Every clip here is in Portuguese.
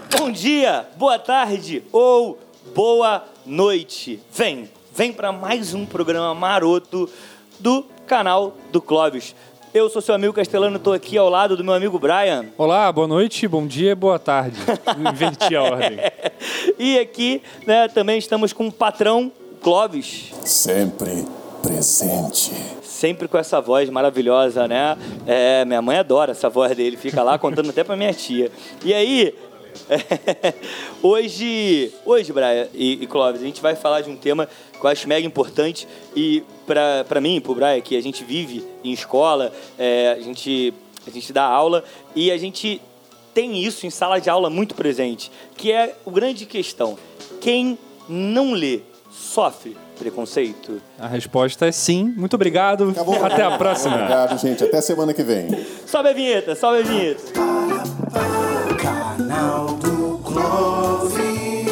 Bom dia, boa tarde ou boa noite. Vem para mais um programa maroto do canal do Clóvis. Eu sou seu amigo Castelano, estou aqui ao lado do meu amigo Brian. Olá, boa noite, bom dia, boa tarde. Inverti a ordem. E aqui, né, também estamos com o patrão Clóvis. Sempre presente. Sempre com essa voz maravilhosa, né? Minha mãe adora essa voz dele, fica lá contando até pra minha tia. E aí, hoje, Brian e Clóvis, a gente vai falar de um tema que eu acho mega importante e pra mim, pro Brian, que a gente vive em escola, a gente dá aula e a gente tem isso em sala de aula muito presente, que é a grande questão. Quem não lê sofre preconceito? A resposta é sim. Muito obrigado. Acabou. Até a próxima. Obrigado, gente. Até semana que vem. Sobe a vinheta. Canal do Clóvis.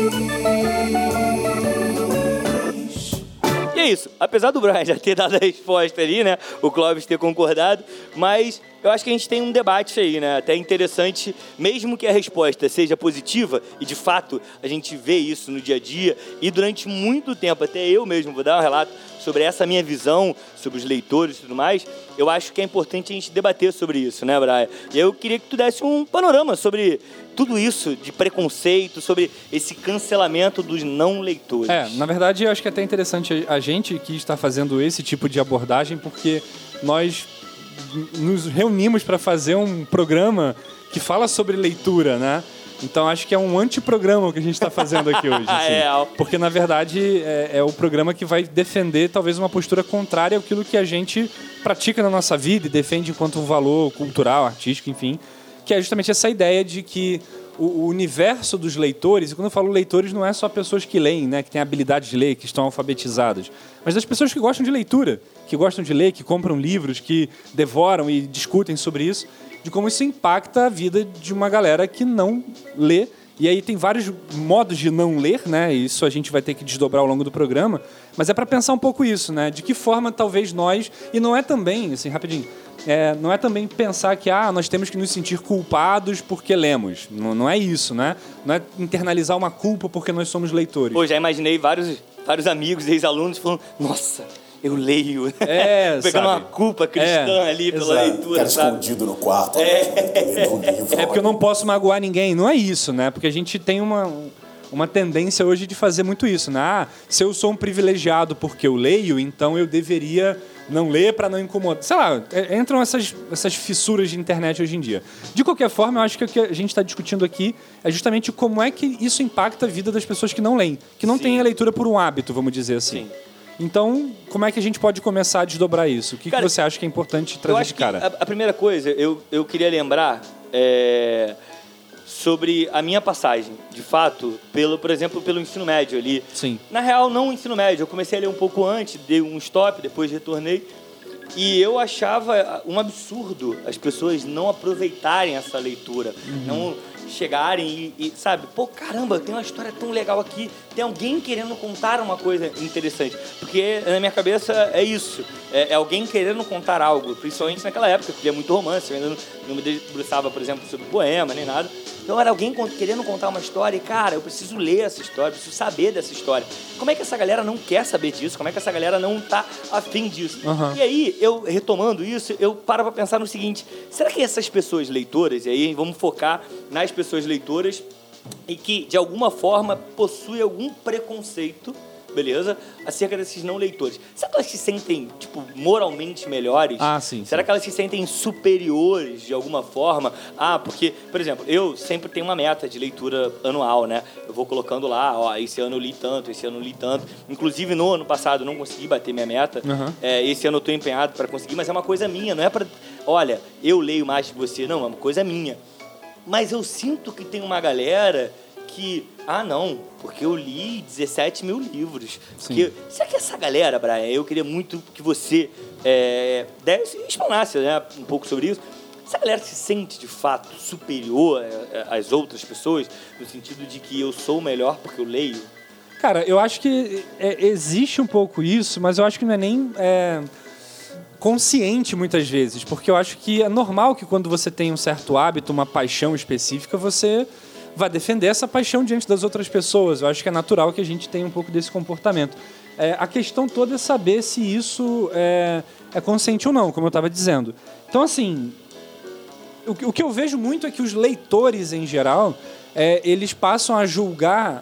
E é isso. Apesar do Brian já ter dado a resposta ali, né? O Clóvis ter concordado, mas eu acho que a gente tem um debate aí, né? Até interessante, mesmo que a resposta seja positiva, e de fato a gente vê isso no dia a dia, e durante muito tempo, até eu mesmo vou dar um relato sobre essa minha visão, sobre os leitores e tudo mais, eu acho que é importante a gente debater sobre isso, né, Brian? E eu queria que tu desse um panorama sobre tudo isso de preconceito, sobre esse cancelamento dos não leitores. Na verdade, eu acho que é até interessante a gente que está fazendo esse tipo de abordagem, porque nós nos reunimos para fazer um programa que fala sobre leitura, né? Então acho que é um antiprograma o que a gente está fazendo aqui hoje. Assim. Porque, na verdade, é o programa que vai defender talvez uma postura contrária àquilo que a gente pratica na nossa vida e defende enquanto um valor cultural, artístico, enfim, que é justamente essa ideia de que o universo dos leitores, e quando eu falo leitores não é só pessoas que leem, né, que têm habilidade de ler, que estão alfabetizadas, mas das pessoas que gostam de leitura, que gostam de ler, que compram livros, que devoram e discutem sobre isso, de como isso impacta a vida de uma galera que não lê. E aí tem vários modos de não ler, né? Isso a gente vai ter que desdobrar ao longo do programa, mas é para pensar um pouco isso, né? De que forma talvez nós, e não é também, assim, rapidinho, não é também pensar que nós temos que nos sentir culpados porque lemos. Não é isso, né? Não é internalizar uma culpa porque nós somos leitores. Pô, já imaginei vários amigos, ex-alunos falando, nossa, eu leio. Pegando uma culpa cristã ali pela leitura, Cara sabe? escondido no quarto. Lendo um livro. É porque eu não posso magoar ninguém. Não é isso, né? Porque a gente tem uma tendência hoje de fazer muito isso, né? Se eu sou um privilegiado porque eu leio, então eu deveria não ler para não incomodar. Sei lá, entram essas fissuras de internet hoje em dia. De qualquer forma, eu acho que o que a gente está discutindo aqui é justamente como é que isso impacta a vida das pessoas que não leem, que não têm a leitura por um hábito, vamos dizer assim. Sim. Então, como é que a gente pode começar a desdobrar isso? O que você acha que é importante trazer de cara? A primeira coisa, eu queria lembrar sobre a minha passagem, de fato, por exemplo, pelo ensino médio ali. Sim. Na real, não o ensino médio. Eu comecei a ler um pouco antes, dei um stop, depois retornei. E eu achava um absurdo as pessoas não aproveitarem essa leitura, não chegarem e sabe, pô, caramba, tem uma história tão legal aqui, tem alguém querendo contar uma coisa interessante, porque na minha cabeça é isso, é alguém querendo contar algo, principalmente naquela época, que lia muito romance, eu ainda não me debruçava, por exemplo, sobre poema, nem nada, então era alguém querendo contar uma história e, cara, eu preciso ler essa história, preciso saber dessa história. Como é que essa galera não quer saber disso? Como é que essa galera não tá afim disso? E aí, eu retomando isso, eu paro pra pensar no seguinte, será que essas pessoas leitoras, e aí vamos focar nas pessoas leitoras e que, de alguma forma, possuem algum preconceito, beleza? Acerca desses não leitores. Será que elas se sentem, tipo, moralmente melhores? Sim. Será que elas se sentem superiores de alguma forma? Porque, por exemplo, eu sempre tenho uma meta de leitura anual, né? Eu vou colocando lá, esse ano eu li tanto, esse ano eu li tanto. Inclusive, no ano passado eu não consegui bater minha meta. Esse ano eu tô empenhado para conseguir, mas é uma coisa minha, não é pra... Olha, eu leio mais que você. Não, é uma coisa minha. Mas eu sinto que tem uma galera que... não, porque eu li 17 mil livros. Porque, será que essa galera, Brian, eu queria muito que você explanasse, né, um pouco sobre isso. Essa galera se sente, de fato, superior às outras pessoas, no sentido de que eu sou o melhor porque eu leio? Cara, eu acho que existe um pouco isso, mas eu acho que não é nem... consciente muitas vezes, porque eu acho que é normal que quando você tem um certo hábito, uma paixão específica, você vai defender essa paixão diante das outras pessoas. Eu acho que é natural que a gente tenha um pouco desse comportamento. A questão toda é saber se isso é consciente ou não, como eu estava dizendo. Então, assim, o que eu vejo muito é que os leitores, em geral, eles passam a julgar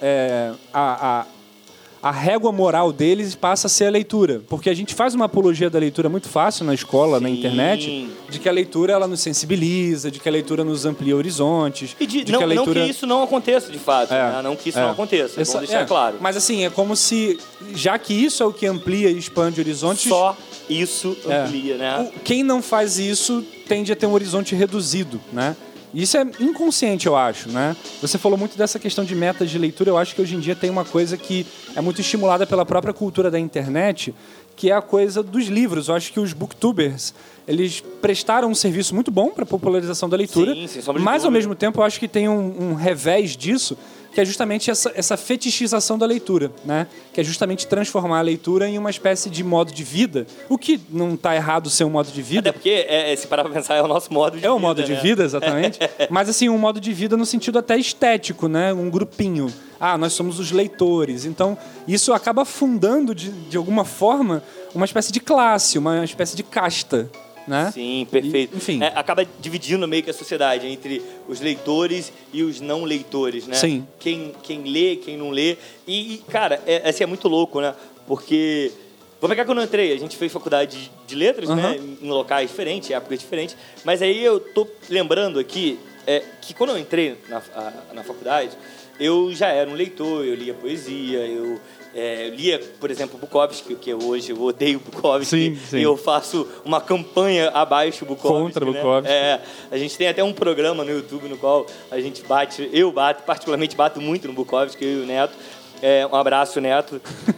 a régua moral deles passa a ser a leitura. Porque a gente faz uma apologia da leitura muito fácil na escola, na internet, de que a leitura ela nos sensibiliza, de que a leitura nos amplia horizontes. E que não, a leitura... não que isso não aconteça, de fato. Né? Não que isso não aconteça, é bom deixar claro. Mas assim, é como se, já que isso é o que amplia e expande horizontes... Só isso amplia, né? Quem não faz isso tende a ter um horizonte reduzido, né? Isso é inconsciente, eu acho, né? Você falou muito dessa questão de metas de leitura. Eu acho que hoje em dia tem uma coisa que é muito estimulada pela própria cultura da internet, que é a coisa dos livros. Eu acho que os booktubers, eles prestaram um serviço muito bom para a popularização da leitura, sim, sem sombra de mas, dúvida. ao mesmo tempo, eu acho que tem um revés disso, que é justamente essa fetichização da leitura, né? Que é justamente transformar a leitura em uma espécie de modo de vida, o que não está errado ser um modo de vida. Até porque, se parar pra pensar, é o nosso modo de vida. É o modo de vida, exatamente. Mas, assim, um modo de vida no sentido até estético, né? Um grupinho. Nós somos os leitores. Então, isso acaba fundando, de alguma forma, uma espécie de classe, uma espécie de casta, né? Sim, perfeito. Enfim. Acaba dividindo meio que a sociedade entre os leitores e os não leitores, né? Sim. Quem lê, quem não lê. E cara, assim, é muito louco, né? Porque... Vou pegar quando eu entrei. A gente fez faculdade de letras, né? Em locais diferentes, épocas diferentes. Mas aí eu tô lembrando aqui que quando eu entrei na faculdade, eu já era um leitor, eu lia poesia, eu lia, por exemplo, Bukowski, que hoje eu odeio Bukowski. Sim. E eu faço uma campanha abaixo Bukowski. Contra né? Bukowski. A gente tem até um programa no YouTube no qual a gente particularmente bato muito no Bukowski, eu e o Neto. Um abraço, Neto.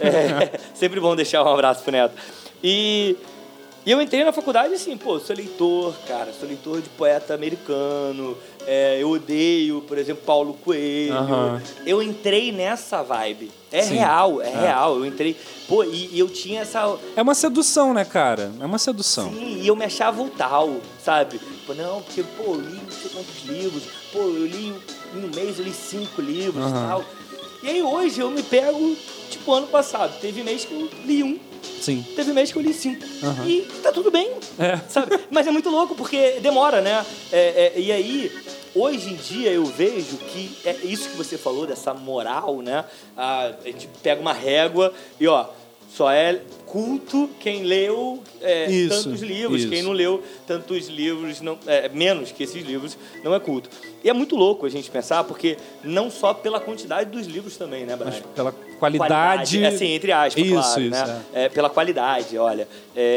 Sempre bom deixar um abraço pro Neto. E eu entrei na faculdade assim, sou leitor, cara, sou leitor de poeta americano, eu odeio, por exemplo, Paulo Coelho. Eu entrei nessa vibe. Real. Eu entrei, e eu tinha essa... É uma sedução, né, cara? É uma sedução. Sim, e eu me achava o tal, sabe? Não, porque, eu li não sei quantos livros, eu li em um mês, eu li 5 livros e tal. E aí hoje eu me pego, tipo, ano passado. Teve mês que eu li 1. Sim. Teve mês que eu li 5. E tá tudo bem, sabe? Mas é muito louco, porque demora, né? E aí, hoje em dia, eu vejo que é isso que você falou, dessa moral, né? A gente pega uma régua e, só é culto quem leu tantos livros. Quem não leu tantos livros, menos que esses livros, não é culto. E é muito louco a gente pensar, porque não só pela quantidade dos livros também, né, Brian? Mas pela qualidade... Assim, entre aspas, claro, né? Pela qualidade, olha.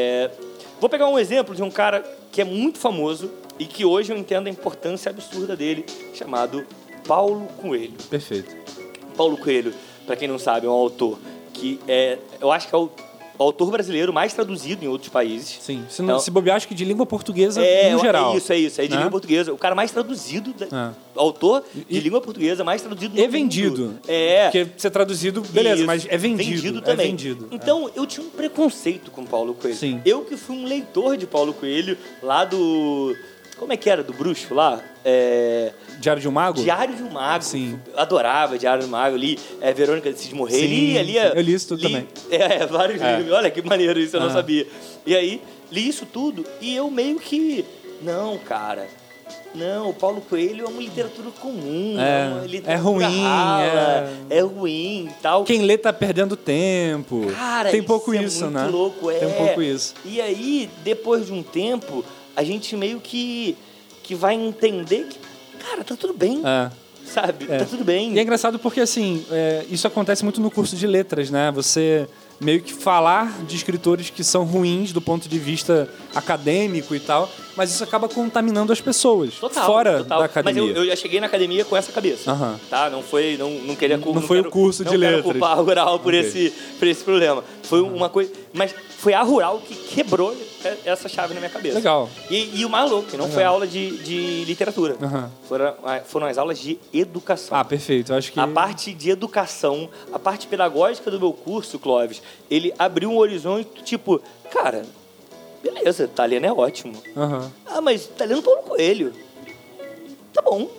Vou pegar um exemplo de um cara que é muito famoso e que hoje eu entendo a importância absurda dele, chamado Paulo Coelho. Perfeito. Paulo Coelho, para quem não sabe, é um autor que eu acho que é o autor brasileiro mais traduzido em outros países. Sim. Se bobear, acho que de língua portuguesa no geral. É isso. De língua portuguesa. O cara mais traduzido, autor de língua portuguesa mais traduzido no mundo. Vendido. Porque ser traduzido, beleza, isso. Mas é vendido. Vendido também. É vendido. Então, eu tinha um preconceito com Paulo Coelho. Sim. Eu que fui um leitor de Paulo Coelho, lá do... Como é que era? Do Bruxo lá? Diário de um Mago? Diário de um Mago. Sim. Eu adorava Diário de um Mago. Li Verônica de Cid Morrer. Sim, eu li isso tudo também. Vários livros. Olha que maneiro isso, eu não sabia. E aí, li isso tudo e eu meio que... Não, cara. Não, o Paulo Coelho é uma literatura comum. Uma literatura ruim. Rala, é ruim e tal. Quem lê tá perdendo tempo. Cara, tem pouco isso, né? Muito louco, Tem um pouco isso. E aí, depois de um tempo, a gente meio que vai entender que, cara, tá tudo bem. Sabe? Tá tudo bem. E é engraçado porque, assim, isso acontece muito no curso de letras, né? Você meio que falar de escritores que são ruins do ponto de vista acadêmico e tal, mas isso acaba contaminando as pessoas fora da academia. Mas eu já cheguei na academia com essa cabeça, tá? Não foi, não queria culpar. Não foi o curso de letras. Não quero culpar a Rural por esse problema. Foi uma coisa, mas foi a Rural que quebrou essa chave na minha cabeça. Legal. E o mais louco, que não foi aula de literatura. Foram as aulas de educação. Perfeito. Eu acho que... A parte de educação, a parte pedagógica do meu curso, Clóvis, ele abriu um horizonte, tipo, cara, beleza, tá lendo é ótimo. Mas tá lendo Paulo Coelho. Tá bom.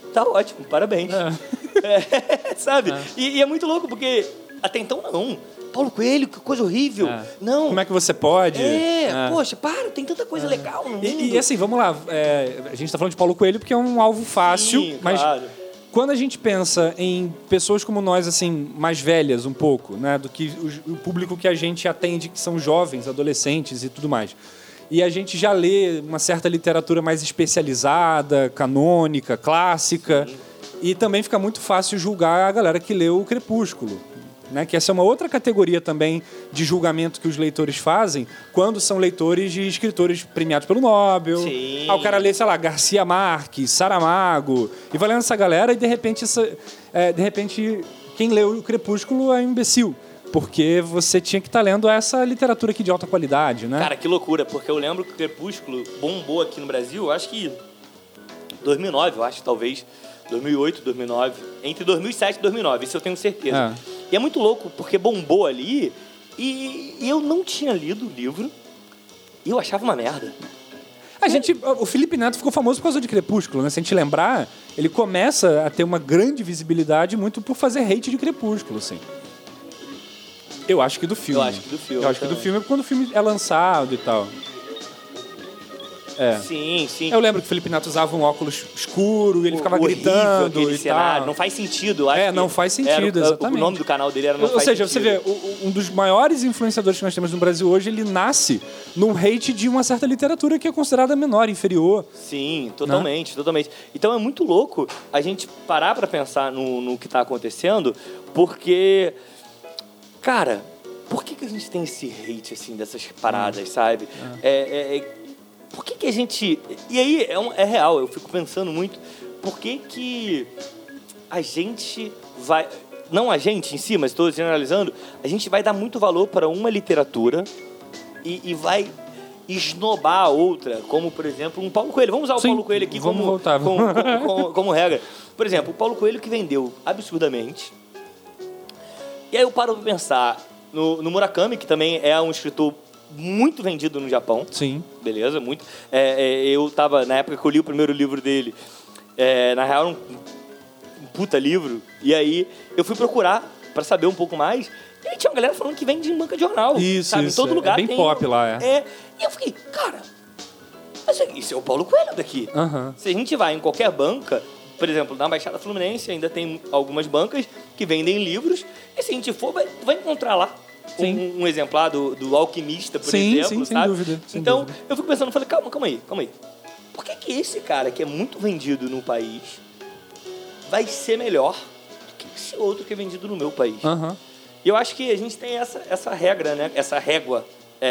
tá ótimo, parabéns. Sabe? E é muito louco, porque até então não. Paulo Coelho, que coisa horrível. Não. Como é que você pode? Poxa, tem tanta coisa legal no mundo. E assim, vamos lá. A gente tá falando de Paulo Coelho porque é um alvo fácil, Sim, mas claro. quando a gente pensa em pessoas como nós, assim, mais velhas um pouco, né, do que o público que a gente atende, que são jovens, adolescentes e tudo mais, e a gente já lê uma certa literatura mais especializada, canônica, clássica, e também fica muito fácil julgar a galera que leu o Crepúsculo, né, que essa é uma outra categoria também de julgamento que os leitores fazem quando são leitores de escritores premiados pelo Nobel. Sim. O cara lê, sei lá, Garcia Marques, Saramago, e vai lendo essa galera e de repente quem leu o Crepúsculo é um imbecil. Porque você tinha que estar lendo essa literatura aqui de alta qualidade, né? Cara, que loucura, porque eu lembro que o Crepúsculo bombou aqui no Brasil, acho que 2009, eu acho, talvez. 2008, 2009. Entre 2007 e 2009, isso eu tenho certeza. E é muito louco, porque bombou ali e eu não tinha lido o livro e eu achava uma merda. O Felipe Neto ficou famoso por causa de Crepúsculo, né? Se a gente lembrar, ele começa a ter uma grande visibilidade muito por fazer hate de Crepúsculo, assim. Eu acho que do filme. Eu acho que do filme. Eu acho que do filme é quando o filme é lançado e tal. Sim. Eu lembro que o Felipe Neto usava um óculos escuro e ele ficava horrível gritando aquele e cenário. tal. Não faz sentido. Eu acho não faz sentido, exatamente. O nome do canal dele era Não Ou Faz seja, Sentido. você vê, um dos maiores influenciadores que nós temos no Brasil hoje, ele nasce num hate de uma certa literatura que é considerada menor, inferior. Sim, totalmente. Então é muito louco a gente parar pra pensar no que tá acontecendo, porque, cara, por que a gente tem esse hate, assim, dessas paradas, sabe? Por que a gente... E aí, é real, eu fico pensando muito, por que a gente vai... Não a gente em si, mas estou generalizando, a gente vai dar muito valor para uma literatura e vai esnobar a outra, como, por exemplo, um Paulo Coelho. Vamos usar o Paulo Coelho aqui como regra. Por exemplo, o Paulo Coelho que vendeu absurdamente. E aí eu paro para pensar no Murakami, que também é um escritor muito vendido no Japão. Sim. Beleza, muito. Eu tava, na época que eu li o primeiro livro dele, na real era um puta livro, e aí eu fui procurar pra saber um pouco mais, e aí tinha uma galera falando que vende em banca de jornal. Isso, sabe? Em todo lugar bem tem, pop lá, E eu fiquei, cara, mas isso é o Paulo Coelho daqui. Se a gente vai em qualquer banca, por exemplo, na Baixada Fluminense ainda tem algumas bancas que vendem livros, e se a gente for, vai encontrar lá um exemplar do Alquimista, por exemplo, sem sabe? dúvida. Então, eu fico pensando, falei, calma aí. Por que esse cara, que é muito vendido no país, vai ser melhor do que esse outro que é vendido no meu país? E eu acho que a gente tem essa regra, né? Essa régua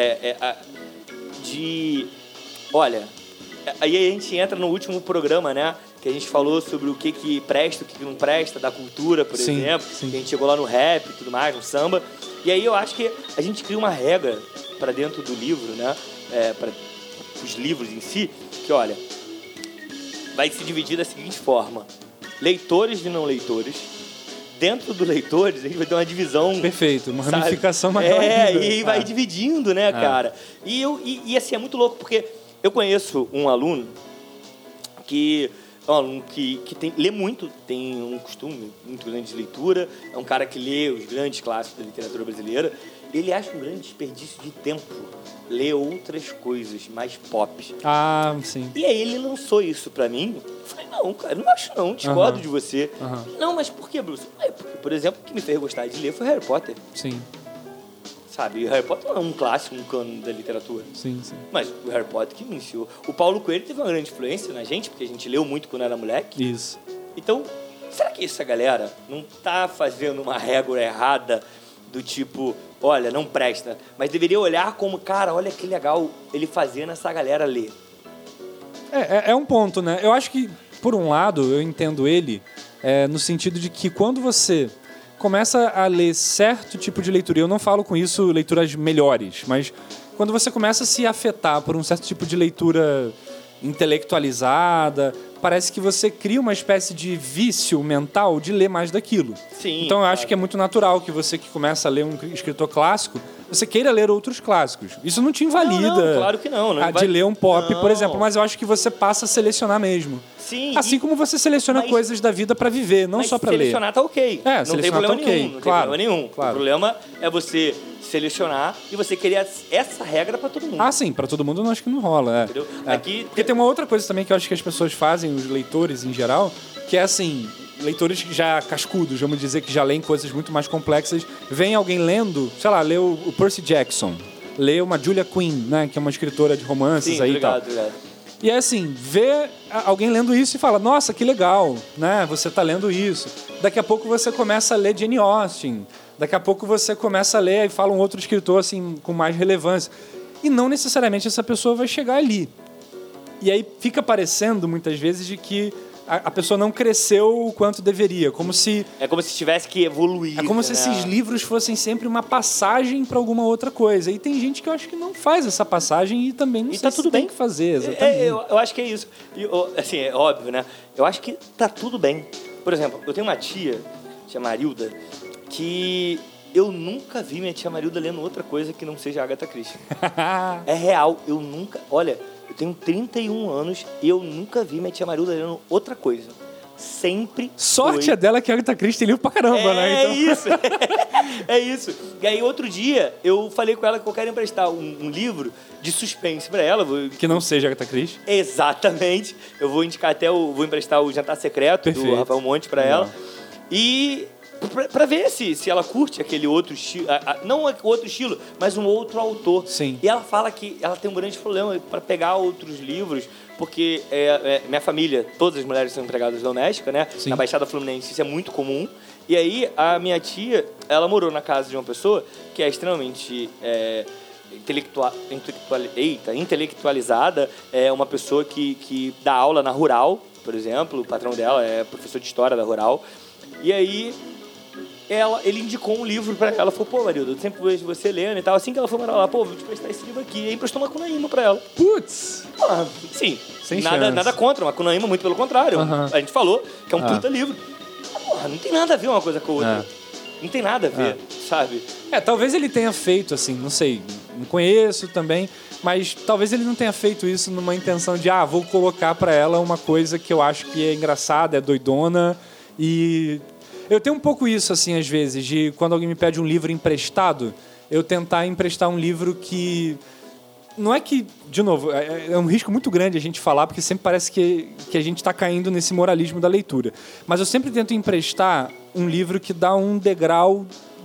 de... Olha, aí a gente entra no último programa, né? Que a gente falou sobre o que presta, o que não presta, da cultura, por exemplo. Que a gente chegou lá no rap e tudo mais, no samba. E aí eu acho que a gente cria uma regra para dentro do livro, né? Para os livros em si, que, olha, vai se dividir da seguinte forma. Leitores e não leitores. Dentro dos leitores, a gente vai ter uma divisão... Perfeito, uma ramificação maior. E vai dividindo, né, cara? E assim, é muito louco, porque eu conheço um aluno que lê muito, tem um costume muito grande de leitura, é um cara que lê os grandes clássicos da literatura brasileira. Ele acha um grande desperdício de tempo ler outras coisas mais pop. Sim. E aí ele lançou isso pra mim. Eu falei, não, cara, não acho não, discordo de você. Não, mas por que, Bruce? Porque, por exemplo, o que me fez gostar de ler foi Harry Potter. Sim. Sabe, o Harry Potter não é um clássico, um cano da literatura. Sim. Mas o Harry Potter que iniciou. O Paulo Coelho teve uma grande influência na gente, porque a gente leu muito quando era moleque. Isso. Então, será que essa galera não tá fazendo uma régua errada do tipo, olha, não presta, mas deveria olhar como, cara, olha que legal ele fazendo essa galera ler. É um ponto, né? Eu acho que, por um lado, eu entendo ele no sentido de que quando você começa a ler certo tipo de leitura, eu não falo com isso leituras melhores, mas quando você começa a se afetar por um certo tipo de leitura intelectualizada, parece que você cria uma espécie de vício mental de ler mais daquilo. Sim. Então eu acho que é muito natural que você que começa a ler um escritor clássico você queira ler outros clássicos. Isso não te invalida. Não, claro que não. De ler um pop, não. por exemplo. Mas eu acho que você passa a selecionar mesmo. Sim. Assim como você seleciona coisas da vida para viver, não só para ler. Selecionar tá ok. Não tem problema nenhum. Não tem problema nenhum. Claro. O problema é você selecionar e você querer essa regra para todo mundo. Ah, sim. Para todo mundo eu acho que não rola. Entendeu? Porque tem uma outra coisa também que eu acho que as pessoas fazem, os leitores em geral, que é assim... Leitores já cascudos, vamos dizer, que já leem coisas muito mais complexas. Vem alguém lendo, sei lá, lê o Percy Jackson, lê uma Julia Quinn, né, que é uma escritora de romances aí e tal. Obrigado. E é assim, vê alguém lendo isso e fala, nossa, que legal, né, você tá lendo isso. Daqui a pouco você começa a ler Jane Austen, daqui a pouco você começa a ler e fala um outro escritor assim, com mais relevância. E não necessariamente essa pessoa vai chegar ali. E aí fica parecendo, muitas vezes, de que a pessoa não cresceu o quanto deveria, como se... É como se tivesse que evoluir. É como se esses livros fossem sempre uma passagem para alguma outra coisa. E tem gente que eu acho que não faz essa passagem e também não sei se tem que fazer, exatamente. Eu acho que é isso. Assim, é óbvio, né? Eu acho que tá tudo bem. Por exemplo, eu tenho uma tia, tia Marilda, que eu nunca vi minha tia Marilda lendo outra coisa que não seja Agatha Christie. É real, eu nunca... Olha... Eu tenho 31 anos e eu nunca vi minha tia Marilda lendo outra coisa. Sempre Sorte é dela que a Agatha Christie tem livro pra caramba, né? Então... É isso. É isso. E aí, outro dia, eu falei com ela que eu quero emprestar um livro de suspense pra ela. Que não seja Agatha Christie. Exatamente. Eu vou indicar vou emprestar o Jantar Secreto Perfeito. do Rafael Monte pra ela. E... Pra ver se ela curte aquele outro estilo, não outro estilo, mas um outro autor. Sim. E ela fala que ela tem um grande problema para pegar outros livros, porque minha família, todas as mulheres são empregadas domésticas, né? Sim. Na Baixada Fluminense isso é muito comum. E aí a minha tia, ela morou na casa de uma pessoa que é extremamente intelectualizada, é uma pessoa que dá aula na Rural, por exemplo, o patrão dela é professor de história da Rural. E aí ele indicou um livro pra ela. Ela falou, pô, Marilda, eu sempre vejo você lendo e tal. Assim que ela foi morar lá, pô, vou te prestar esse livro aqui. E aí emprestou uma Macunaíma pra ela. Putz! Sim, sem nada contra, Macunaíma, muito pelo contrário. A gente falou que é um puta livro. Porra, não tem nada a ver uma coisa com a outra. Não tem nada a ver, sabe? Talvez ele tenha feito, assim, não sei, não conheço também, mas talvez ele não tenha feito isso numa intenção de, vou colocar pra ela uma coisa que eu acho que é engraçada, é doidona. E eu tenho um pouco isso, assim, às vezes, de quando alguém me pede um livro emprestado, eu tentar emprestar um livro que... Não é que, de novo, é um risco muito grande a gente falar, porque sempre parece que a gente está caindo nesse moralismo da leitura. Mas eu sempre tento emprestar um livro que dá um degrau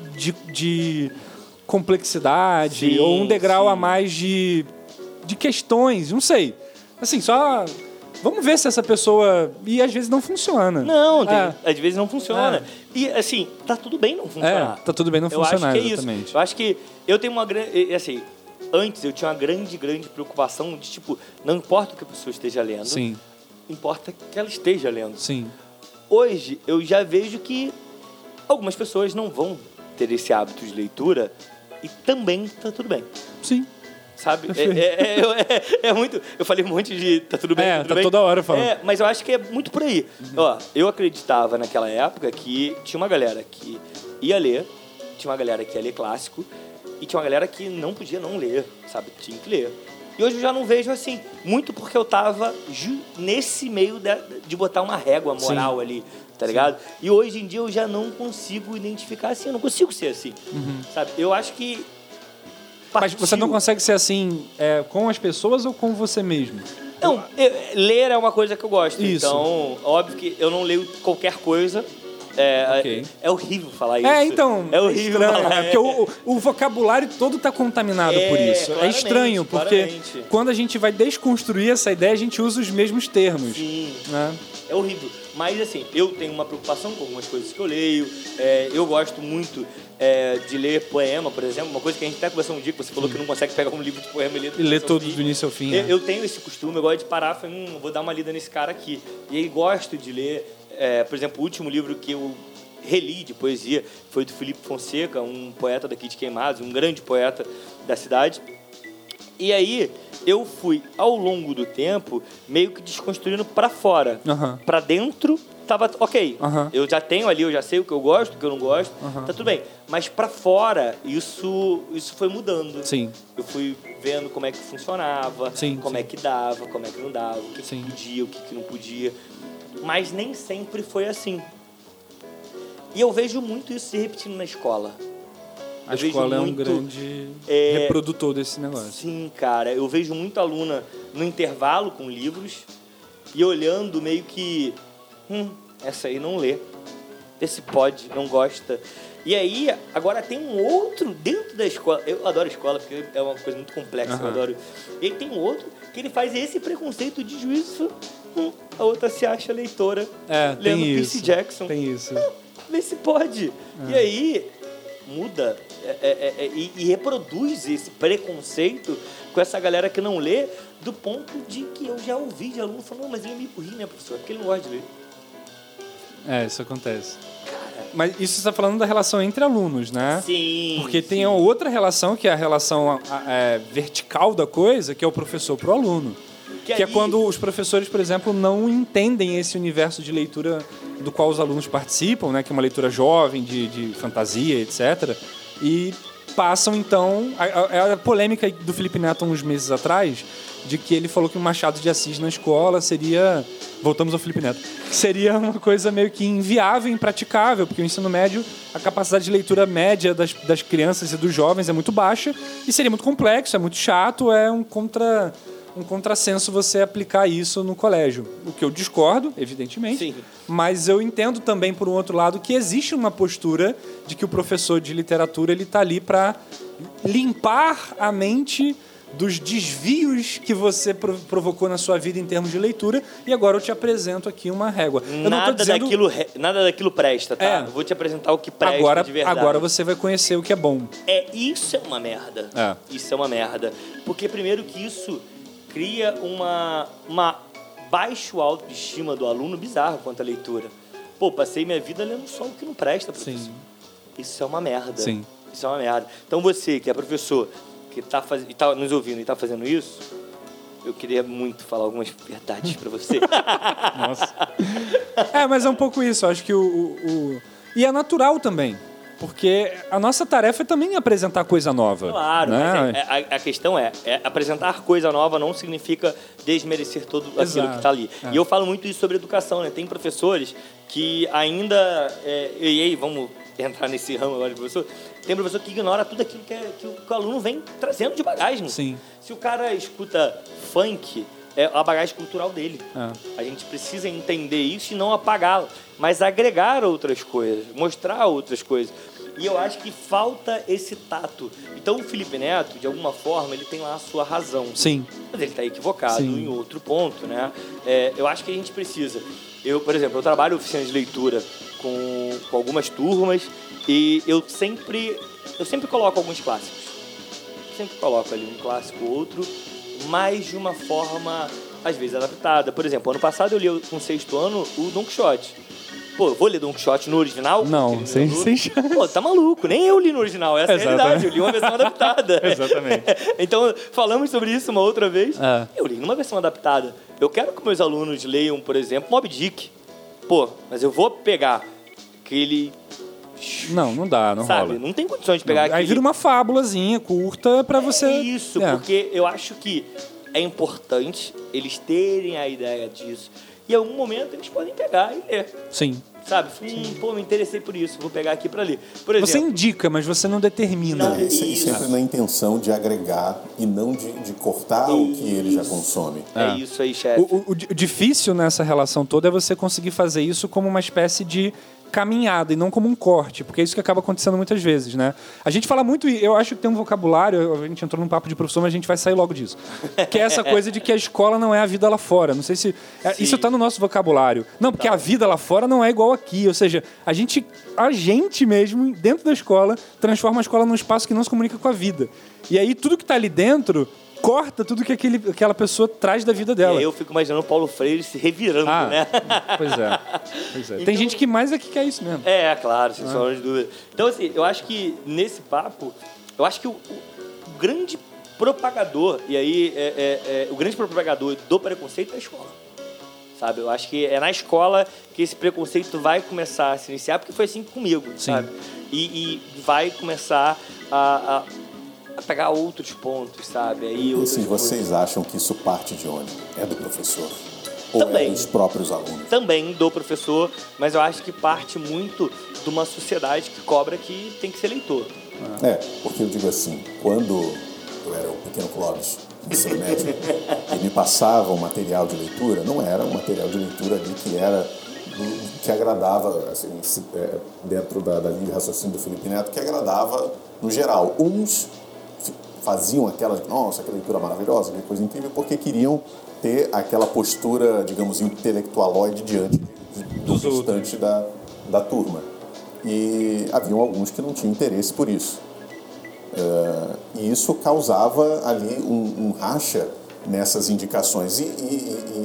de complexidade, ou um degrau a mais de questões, não sei. Assim, só... Vamos ver se essa pessoa... E às vezes não funciona. Não, às vezes não funciona. E, assim, tá tudo bem não funcionar. Tá tudo bem não funcionar, eu acho que é exatamente. Isso. Eu acho que eu tenho uma grande... Assim, antes eu tinha uma grande preocupação de, tipo, não importa o que a pessoa esteja lendo. Sim. Importa que ela esteja lendo. Sim. Hoje, eu já vejo que algumas pessoas não vão ter esse hábito de leitura e também tá tudo bem. Sim. Sabe? É muito... Eu falei um monte de... Tá tudo bem, tá tudo bem. Toda hora falando. Mas eu acho que é muito por aí. Ó, eu acreditava naquela época que tinha uma galera que ia ler, tinha uma galera que ia ler clássico e tinha uma galera que não podia não ler, sabe? Tinha que ler. E hoje eu já não vejo assim. Muito porque eu tava nesse meio de botar uma régua moral ali, tá ligado? E hoje em dia eu já não consigo identificar assim. Eu não consigo ser assim, sabe? Eu acho que... Mas você não consegue ser assim com as pessoas ou com você mesmo? Não, ler é uma coisa que eu gosto. Isso. Então, óbvio que eu não leio qualquer coisa. É horrível falar isso. Então. É horrível falar. Porque o vocabulário todo está contaminado por isso. É estranho, porque quando a gente vai desconstruir essa ideia, a gente usa os mesmos termos. Sim. Né? É horrível. Mas, assim, eu tenho uma preocupação com algumas coisas que eu leio. Eu gosto muito de ler poema, por exemplo. Uma coisa que a gente até conversou um dia, que você falou que não consegue pegar um livro de poema e ler todo do início ao fim. Eu tenho esse costume, eu gosto de parar e falar, vou dar uma lida nesse cara aqui. E aí gosto de ler, por exemplo, o último livro que eu reli de poesia foi do Felipe Fonseca, um poeta daqui de Queimados, um grande poeta da cidade. E aí, eu fui, ao longo do tempo, meio que desconstruindo pra fora. Aham. Pra dentro, tava ok. Aham. Eu já tenho ali, eu já sei o que eu gosto, o que eu não gosto. Tá tudo bem. Mas pra fora, isso foi mudando. Sim. Eu fui vendo como é que funcionava, Sim, como sim. é que dava, como é que não dava, o que Sim. podia, o que não podia. Mas nem sempre foi assim. E eu vejo muito isso se repetindo na escola. A Eu vejo escola é um muito, grande reprodutor desse negócio. Sim, cara. Eu vejo muita aluna no intervalo com livros e olhando meio que... essa aí não lê. Esse pode, não gosta. E aí, agora tem um outro dentro da escola. Eu adoro escola porque é uma coisa muito complexa. Eu adoro. E aí tem um outro que ele faz esse preconceito de juízo. A outra se acha leitora. Tem lendo isso. Percy Jackson. Tem isso. Vê se pode. E aí, muda e reproduz esse preconceito com essa galera que não lê, do ponto de que eu já ouvi de aluno falando, mas ele é meio burrinho, né, professor? Porque ele não gosta de ler. Isso acontece. Mas isso você está falando da relação entre alunos, né? Sim. Porque tem a outra relação, que é a relação vertical da coisa, que é o professor pro aluno. Que é quando os professores, por exemplo, não entendem esse universo de leitura do qual os alunos participam, né? Que é uma leitura jovem, de fantasia, etc. E passam, então... A polêmica do Felipe Neto, uns meses atrás, de que ele falou que o Machado de Assis na escola seria... Voltamos ao Felipe Neto. Seria uma coisa meio que inviável, impraticável, porque o ensino médio, a capacidade de leitura média das crianças e dos jovens é muito baixa e seria muito complexo, é muito chato, é um contrassenso você aplicar isso no colégio. O que eu discordo, evidentemente. Sim. Mas eu entendo também, por um outro lado, que existe uma postura de que o professor de literatura ele está ali para limpar a mente dos desvios que você provocou na sua vida em termos de leitura, e agora eu te apresento aqui uma régua. Eu não tô dizendo... nada daquilo presta, tá? Eu vou te apresentar o que presta de verdade. Agora você vai conhecer o que é bom. Isso é uma merda. É. Isso é uma merda. Porque primeiro que isso cria uma baixa autoestima do aluno bizarro quanto à leitura. Pô, passei minha vida lendo só o que não presta, professor. Sim. Isso é uma merda. Sim. Isso é uma merda. Então você, que é professor, que tá nos ouvindo e tá fazendo isso, eu queria muito falar algumas verdades pra você. Nossa. Mas é um pouco isso. Eu acho que E é natural também. Porque a nossa tarefa é também apresentar coisa nova. Claro, né? mas a questão é apresentar coisa nova não significa desmerecer tudo aquilo que está ali. E eu falo muito isso sobre educação, né? Tem professores que ainda... e aí, vamos entrar nesse ramo agora de professor. Tem professor que ignora tudo aquilo que o aluno vem trazendo de bagagem. Sim. Se o cara escuta funk, é a bagagem cultural dele. É. A gente precisa entender isso e não apagá-lo, mas agregar outras coisas, mostrar outras coisas. E eu acho que falta esse tato. Então o Felipe Neto, de alguma forma, ele tem lá a sua razão. Sim. Mas ele está equivocado Sim. em outro ponto, né? Eu acho que a gente precisa... por exemplo, eu trabalho em oficina de leitura com algumas turmas e eu sempre coloco alguns clássicos. Sempre coloco ali um clássico ou outro, mas de uma forma, às vezes, adaptada. Por exemplo, ano passado eu li com o 6º ano o Don Quixote. Pô, eu vou ler Don Quixote no original? Não, sem chance. Pô, tá maluco, nem eu li no original, essa é a realidade, eu li uma versão adaptada. Exatamente. Então, falamos sobre isso uma outra vez, É. eu li numa versão adaptada. Eu quero que meus alunos leiam, por exemplo, Moby Dick. Pô, mas eu vou pegar aquele... Não dá, não sabe? rola. Não tem condições de pegar aquele... Aí vira uma fábulazinha curta pra você... Isso, porque eu acho que é importante eles terem a ideia disso. E em algum momento eles podem pegar e ler. Sim. Sabe? Pô, me interessei por isso, vou pegar aqui pra ler. Por exemplo, Você indica, mas você não determina. Não, E sempre na intenção de agregar e não de cortar o que ele já consome. é isso aí, chefe. O difícil nessa relação toda é você conseguir fazer isso como uma espécie de caminhada e não como um corte, porque é isso que acaba acontecendo muitas vezes, né? A gente fala muito, e eu acho que tem um vocabulário, a gente entrou num papo de professor, mas a gente vai sair logo disso, que é essa coisa de que a escola não é a vida lá fora. Não sei se... isso tá no nosso vocabulário. Não, porque a vida lá fora não é igual aqui, ou seja, a gente mesmo, dentro da escola, transforma a escola num espaço que não se comunica com a vida. E aí tudo que tá ali dentro corta tudo que aquela pessoa traz da vida dela. E aí eu fico imaginando o Paulo Freire se revirando, né? Pois é. Então, tem gente que mais é que quer isso mesmo. Claro, sem sombra de dúvida. Então, assim, eu acho que nesse papo, eu acho que o grande propagador, e aí o grande propagador do preconceito é a escola. Sabe? Eu acho que é na escola que esse preconceito vai começar a se iniciar, porque foi assim comigo, sabe? E vai começar a pegar outros pontos, sabe? Aí assim, vocês acham que isso parte de onde? É do professor? Também. Ou é dos próprios alunos? Também do professor, mas eu acho que parte muito de uma sociedade que cobra que tem que ser leitor. Porque eu digo assim, quando eu era o pequeno Clóvis, no ensino médio, e me passava um material de leitura, não era um material de leitura ali que agradava, assim, dentro da linha de raciocínio do Felipe Neto, que agradava no geral. Uns faziam nossa, que leitura maravilhosa, que coisa incrível, porque queriam ter aquela postura, digamos, intelectualoide diante do restante da turma. E haviam alguns que não tinham interesse por isso. E isso causava ali um racha nessas indicações. E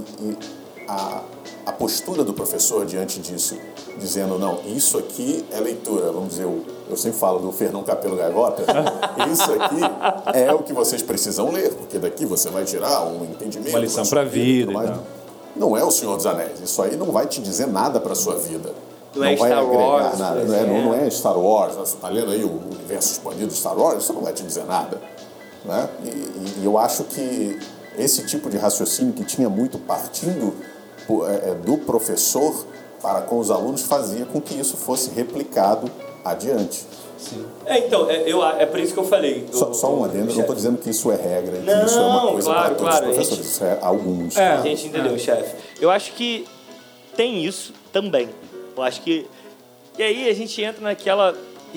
a postura do professor diante disso, dizendo, não, isso aqui é leitura, vamos dizer, eu sempre falo do Fernão Capelo Gaivota, isso aqui é o que vocês precisam ler, porque daqui você vai tirar um entendimento. Uma lição para a vida. Não é o Senhor dos Anéis, isso aí não vai te dizer nada para a sua vida. Não é vai Star agregar Wars, nada. Não é Star Wars, você está lendo aí o universo expandido de Star Wars, isso não vai te dizer nada. Né? E eu acho que esse tipo de raciocínio que tinha muito partindo do professor para com os alunos fazia com que isso fosse replicado adiante. Sim. Então, é por isso que eu falei. Só um adendo, eu não estou dizendo que isso é regra, que isso é uma coisa para todos os professores, isso é alguns. A gente entendeu, chefe. Eu acho que tem isso também. Eu acho que... E aí a gente entra naquela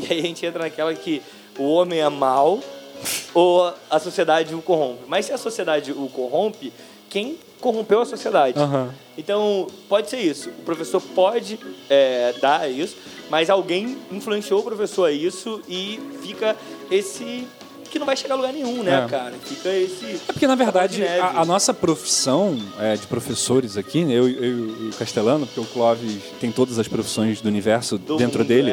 que o homem é mau ou a sociedade o corrompe. Mas se a sociedade o corrompe, quem corrompeu a sociedade? Então, pode ser isso. O professor pode dar isso, mas alguém influenciou o professor a isso e fica esse... que não vai chegar a lugar nenhum, né, cara? Fica esse... porque, na verdade, a nossa profissão de professores aqui, eu e o Castellano, porque o Clóvis tem todas as profissões do universo dentro dele,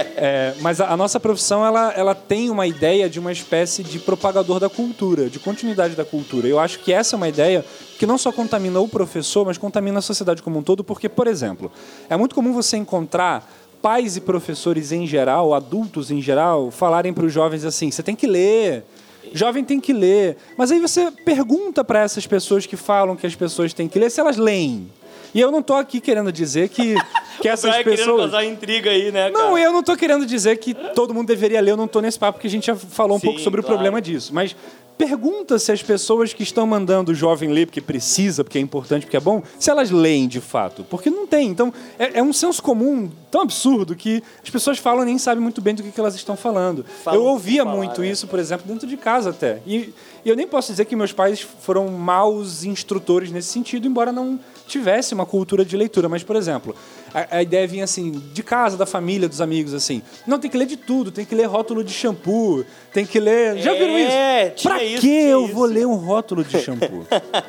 mas a nossa profissão, ela tem uma ideia de uma espécie de propagador da cultura, de continuidade da cultura. Eu acho que essa é uma ideia que não só contamina o professor, mas contamina a sociedade como um todo, porque, por exemplo, é muito comum você encontrar pais e professores em geral, adultos em geral, falarem para os jovens assim, você tem que ler, jovem tem que ler. Mas aí você pergunta para essas pessoas que falam que as pessoas têm que ler se elas leem. E eu não estou aqui querendo dizer que essas pessoas... querendo causar intriga aí, né, cara? Não, eu não estou querendo dizer que todo mundo deveria ler, eu não estou nesse papo, porque a gente já falou um pouco sobre o problema disso. Mas pergunta se as pessoas que estão mandando o jovem ler porque precisa, porque é importante, porque é bom, se elas leem de fato. Porque não tem. Então, é um senso comum tão absurdo que as pessoas falam e nem sabem muito bem do que elas estão falando. Eu ouvia muito isso, por exemplo, dentro de casa até. E eu nem posso dizer que meus pais foram maus instrutores nesse sentido, embora não tivesse uma cultura de leitura. Mas, por exemplo, a ideia vinha assim, de casa, da família, dos amigos, assim. Não, tem que ler de tudo, tem que ler rótulo de shampoo, tem que ler... Já viram isso? Pra que eu vou ler um rótulo de shampoo?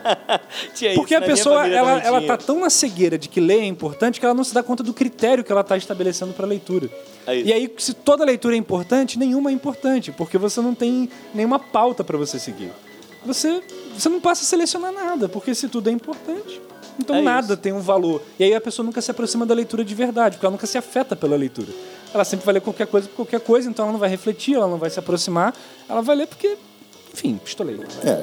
Porque a pessoa, ela tá tão na cegueira de que ler é importante que ela não se dá conta do critério que ela tá estabelecendo pra leitura. E aí, se toda leitura é importante, nenhuma é importante, porque você não tem nenhuma pauta pra você seguir. Você não passa a selecionar nada, porque se tudo é importante... Então nada tem um valor. E aí a pessoa nunca se aproxima da leitura de verdade, porque ela nunca se afeta pela leitura. Ela sempre vai ler qualquer coisa por qualquer coisa, então ela não vai refletir, ela não vai se aproximar, ela vai ler porque, enfim, pistolei.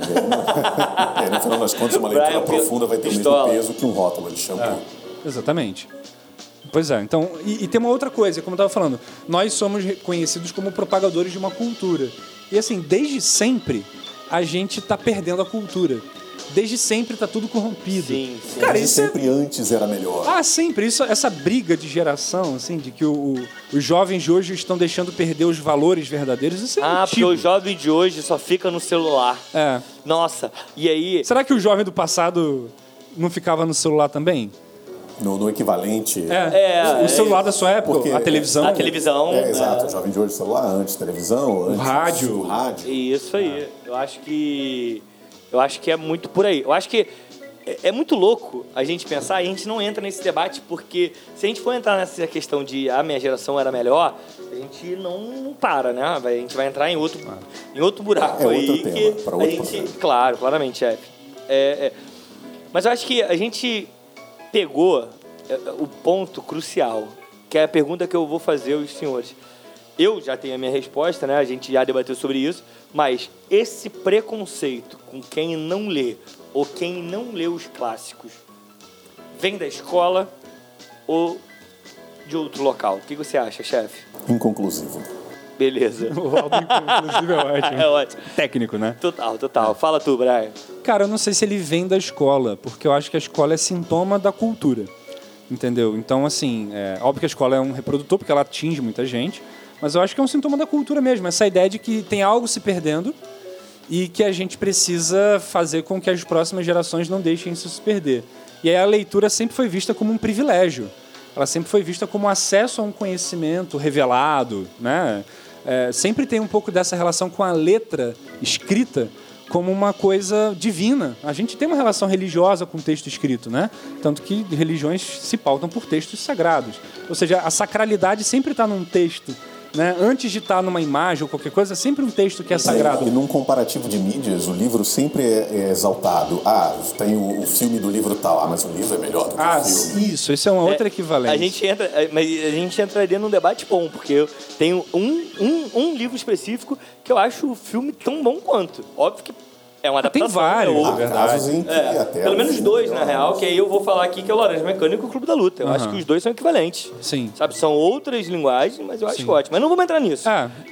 No final das contas, uma leitura profunda vai ter o mesmo peso que um rótulo de shampoo. Exatamente. Pois é, então, e tem uma outra coisa, como eu estava falando, nós somos conhecidos como propagadores de uma cultura. E assim, desde sempre, a gente está perdendo a cultura. Desde sempre está tudo corrompido. Sim. Cara, isso sempre antes era melhor. Sempre. Essa briga de geração, assim, de que os jovens de hoje estão deixando perder os valores verdadeiros, isso é antigo. Porque o jovem de hoje só fica no celular. Nossa, e aí... Será que o jovem do passado não ficava no celular também? No equivalente... o celular da sua época, porque a televisão. A televisão. Exato, o jovem de hoje, celular, antes televisão, antes rádio. Isso aí. Eu acho que é muito por aí. Eu acho que é muito louco a gente pensar, e a gente não entra nesse debate, porque se a gente for entrar nessa questão de a minha geração era melhor, a a gente não para, né? A gente vai entrar em outro buraco É aí. outro tema, para outro gente, claro, claramente, chefe. Mas eu acho que a gente pegou o ponto crucial, que é a pergunta que eu vou fazer aos senhores. Eu já tenho a minha resposta, né? A gente já debateu sobre isso, mas esse preconceito com quem não lê ou quem não lê os clássicos vem da escola ou de outro local? O que você acha, chefe? Inconclusivo. Beleza. O álbum, inclusive, é ótimo. É ótimo. Técnico, né? Total. Fala tu, Brian. Cara, eu não sei se ele vem da escola, porque eu acho que a escola é sintoma da cultura, entendeu? Então, assim, óbvio que a escola é um reprodutor, porque ela atinge muita gente, mas eu acho que é um sintoma da cultura mesmo, essa ideia de que tem algo se perdendo e que a gente precisa fazer com que as próximas gerações não deixem isso se perder. E aí a leitura sempre foi vista como um privilégio, ela sempre foi vista como acesso a um conhecimento revelado, né? Sempre tem um pouco dessa relação com a letra escrita como uma coisa divina. A gente tem uma relação religiosa com o texto escrito, né? Tanto que religiões se pautam por textos sagrados. Ou seja, a sacralidade sempre está num texto, né? Antes de estar numa imagem ou qualquer coisa, é sempre um texto que é sagrado. E num comparativo de mídias, o livro sempre é exaltado. Tem o filme do livro tal, mas o livro é melhor do que o filme. Isso é uma outra equivalência. A gente entraria num debate bom, porque eu tenho um livro específico que eu acho o filme tão bom quanto. Óbvio que é uma adaptação. Tem vários, Há casos em que até pelo menos dois, na real, que aí eu vou falar aqui, que é o Laranja Mecânica e o Clube da Luta. Eu acho que os dois são equivalentes. Sim. Sabe, são outras linguagens, mas eu acho ótimo. Mas não vamos entrar nisso.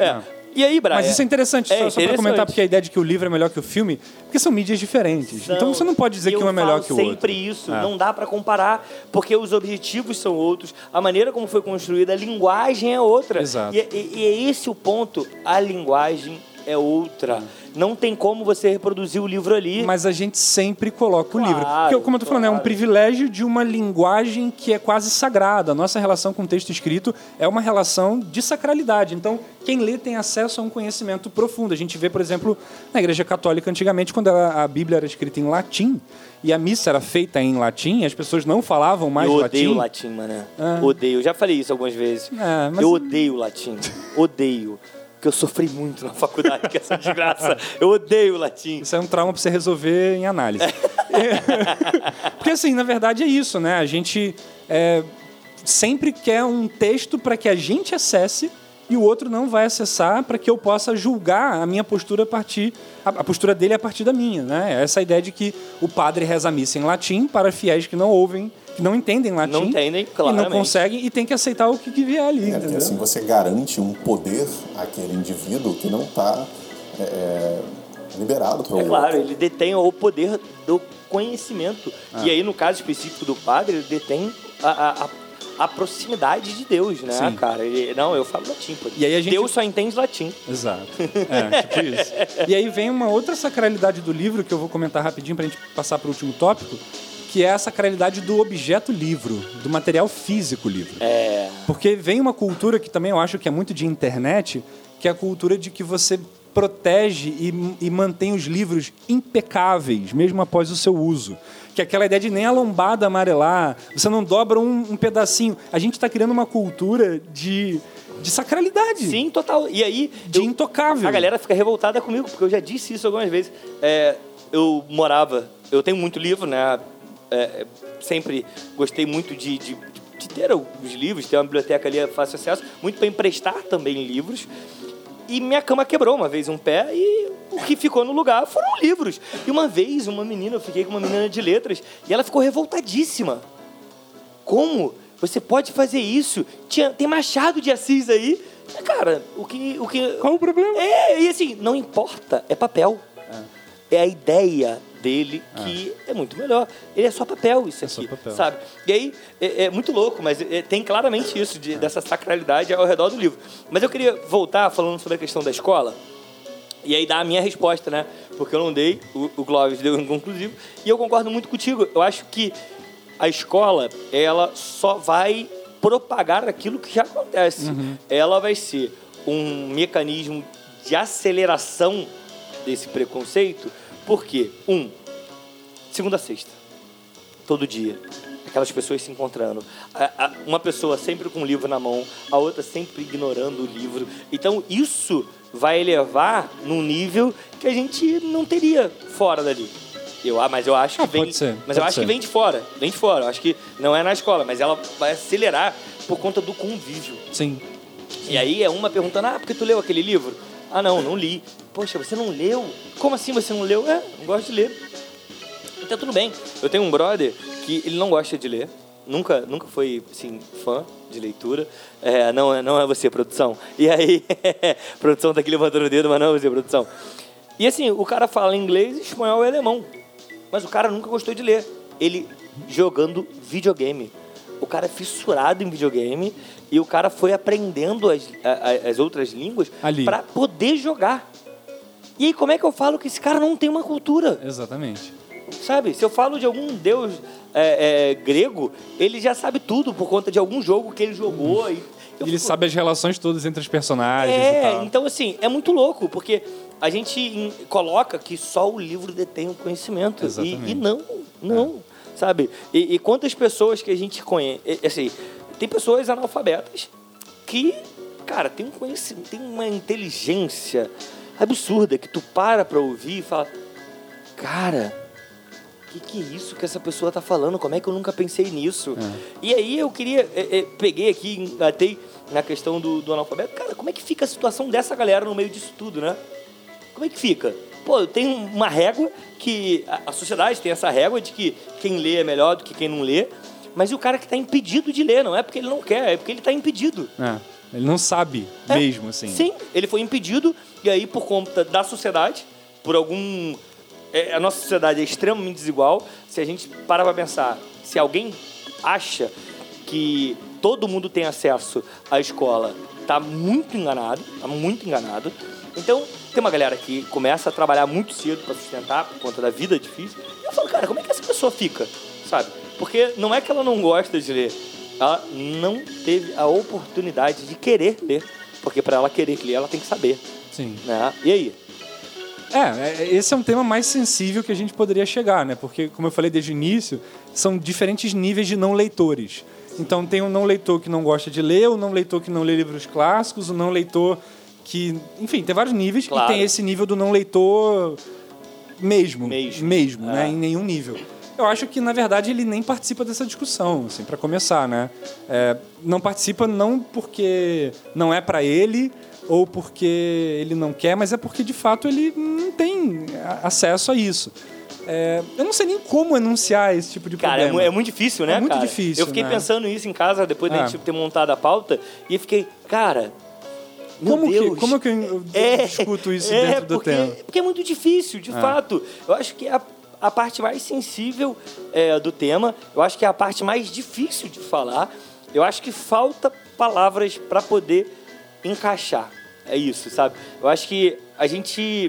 E aí, Brian? Mas isso é interessante, só para comentar, porque a ideia de que o livro é melhor que o filme, porque são mídias diferentes. Então você não pode dizer que um é melhor que o outro. Sempre isso, não dá para comparar, porque os objetivos são outros, a maneira como foi construída, a linguagem é outra. Exato. E é esse o ponto, a linguagem é outra. Não tem como você reproduzir o livro ali. Mas a gente sempre coloca o livro. Porque, como eu tô falando, é um privilégio de uma linguagem que é quase sagrada. A nossa relação com o texto escrito é uma relação de sacralidade. Então, quem lê tem acesso a um conhecimento profundo. A gente vê, por exemplo, na Igreja Católica, antigamente, quando a Bíblia era escrita em latim e a missa era feita em latim, as pessoas não falavam mais latim. Eu odeio latim, mano. Odeio. Eu já falei isso algumas vezes. Eu odeio latim. Odeio. Porque eu sofri muito na faculdade com essa desgraça. Eu odeio latim. Isso é um trauma para você resolver em análise. Porque, assim, na verdade é isso, né? A gente sempre quer um texto para que a gente acesse e o outro não vai acessar para que eu possa julgar a minha postura a postura dele a partir da minha, né? Essa ideia de que o padre reza a missa em latim para fiéis que não ouvem, que não entendem latim. Não entendem, claramente. E não conseguem e tem que aceitar o que vier ali, entendeu? Porque assim você garante um poder àquele indivíduo que não está liberado para o outro. Claro, ele detém o poder do conhecimento. E aí, no caso específico do padre, ele detém a proximidade de Deus, né, Sim. cara? Eu falo latim, pô. E aí Deus só entende latim. Exato. Tipo isso. E aí vem uma outra sacralidade do livro que eu vou comentar rapidinho pra gente passar pro último tópico, que é a sacralidade do objeto livro, do material físico livro. Porque vem uma cultura que também eu acho que é muito de internet, que é a cultura de que você protege e mantém os livros impecáveis, mesmo após o seu uso. Que é aquela ideia de nem a lombada amarelar, você não dobra um pedacinho. A gente está criando uma cultura de sacralidade. Sim, total. E aí... De intocável. A galera fica revoltada comigo, porque eu já disse isso algumas vezes. Eu tenho muito livro, né? Sempre gostei muito de ter os livros, ter uma biblioteca ali a fácil acesso, muito para emprestar também livros. E minha cama quebrou uma vez um pé e o que ficou no lugar foram livros. E uma vez, eu fiquei com uma menina de letras e ela ficou revoltadíssima. Como você pode fazer isso? Tem Machado de Assis aí. Cara, Qual o problema? E assim, não importa, é papel. É a ideia dele que é muito melhor. Ele é só papel, isso aqui, só papel. sabe? E aí, é muito louco, mas tem claramente isso, dessa sacralidade ao redor do livro. Mas eu queria voltar falando sobre a questão da escola, e aí dar a minha resposta, né? Porque eu não dei, o Clóvis deu inconclusivo, e eu concordo muito contigo. Eu acho que a escola, ela só vai propagar aquilo que já acontece. Ela vai ser um mecanismo de aceleração desse preconceito. Por quê? Segunda a sexta. Todo dia. aquelas pessoas se encontrando. Uma pessoa sempre com o livro na mão, a outra sempre ignorando o livro. Então, isso vai elevar num nível que a gente não teria fora dali. Mas eu acho que vem. Pode ser, mas eu pode acho ser. que vem de fora. Vem de fora. Eu acho que não é na escola, mas ela vai acelerar por conta do convívio. Sim. E aí é uma perguntando, porque tu leu aquele livro? Ah, não li. Poxa, você não leu? Como assim você não leu? Não gosto de ler. Então tudo bem. Eu tenho um brother que ele não gosta de ler. Nunca foi, assim, fã de leitura. Não é você, produção. E aí, produção tá aqui levantando o dedo, mas não é você, produção. E assim, o cara fala inglês, espanhol e alemão. Mas o cara nunca gostou de ler. Ele jogando videogame. O cara é fissurado em videogame e o cara foi aprendendo as outras línguas para poder jogar. E aí, como é que eu falo que esse cara não tem uma cultura? Exatamente. Sabe? Se eu falo de algum deus grego, ele já sabe tudo por conta de algum jogo que ele jogou. Ele sabe as relações todas entre os personagens e tal. Então assim, é muito louco, porque a gente coloca que só o livro detém o conhecimento. Exatamente. E não. Sabe? E quantas pessoas que a gente conhece... Assim, tem pessoas analfabetas que, cara, tem um conhecimento, tem uma inteligência absurda que tu para ouvir e fala, cara, que é isso que essa pessoa tá falando? Como é que eu nunca pensei nisso? E aí eu queria... peguei aqui, engatei na questão do analfabeto. Cara, como é que fica a situação dessa galera no meio disso tudo, né? Como é que fica? Pô, tem uma régua que... A sociedade tem essa régua de que quem lê é melhor do que quem não lê. Mas e o cara que está impedido de ler? Não é porque ele não quer, é porque ele está impedido. Ele não sabe mesmo, assim. Sim, ele foi impedido. E aí, por conta da sociedade, por algum... a nossa sociedade é extremamente desigual. Se a gente parar para pensar, se alguém acha que todo mundo tem acesso à escola, está muito enganado. Está muito enganado. Então, tem uma galera que começa a trabalhar muito cedo para sustentar por conta da vida difícil. E eu falo, cara, como é que essa pessoa fica? Sabe? Porque não é que ela não gosta de ler. Ela não teve a oportunidade de querer ler. Porque para ela querer ler, ela tem que saber. Sim. Né? E aí? Esse é um tema mais sensível que a gente poderia chegar, né? Porque, como eu falei desde o início, são diferentes níveis de não leitores. Então, tem um não leitor que não gosta de ler, o não leitor que não lê livros clássicos, o não leitor que... Enfim, tem vários níveis. Claro. E tem esse nível do não leitor mesmo né? Em nenhum nível. Eu acho que, na verdade, ele nem participa dessa discussão, assim, para começar, né? Não participa não porque não é para ele ou porque ele não quer, mas é porque, de fato, ele não tem acesso a isso. Eu não sei nem como enunciar esse tipo de problema. Cara, é muito difícil, né, cara? É muito cara? difícil, eu fiquei pensando nisso em casa, depois da gente ter montado a pauta, e eu fiquei, cara... Como que eu discuto isso dentro do tema? Porque é muito difícil, de fato. Eu acho que é a parte mais sensível do tema. Eu acho que é a parte mais difícil de falar. Eu acho que falta palavras para poder encaixar. É isso, sabe? Eu acho que a gente...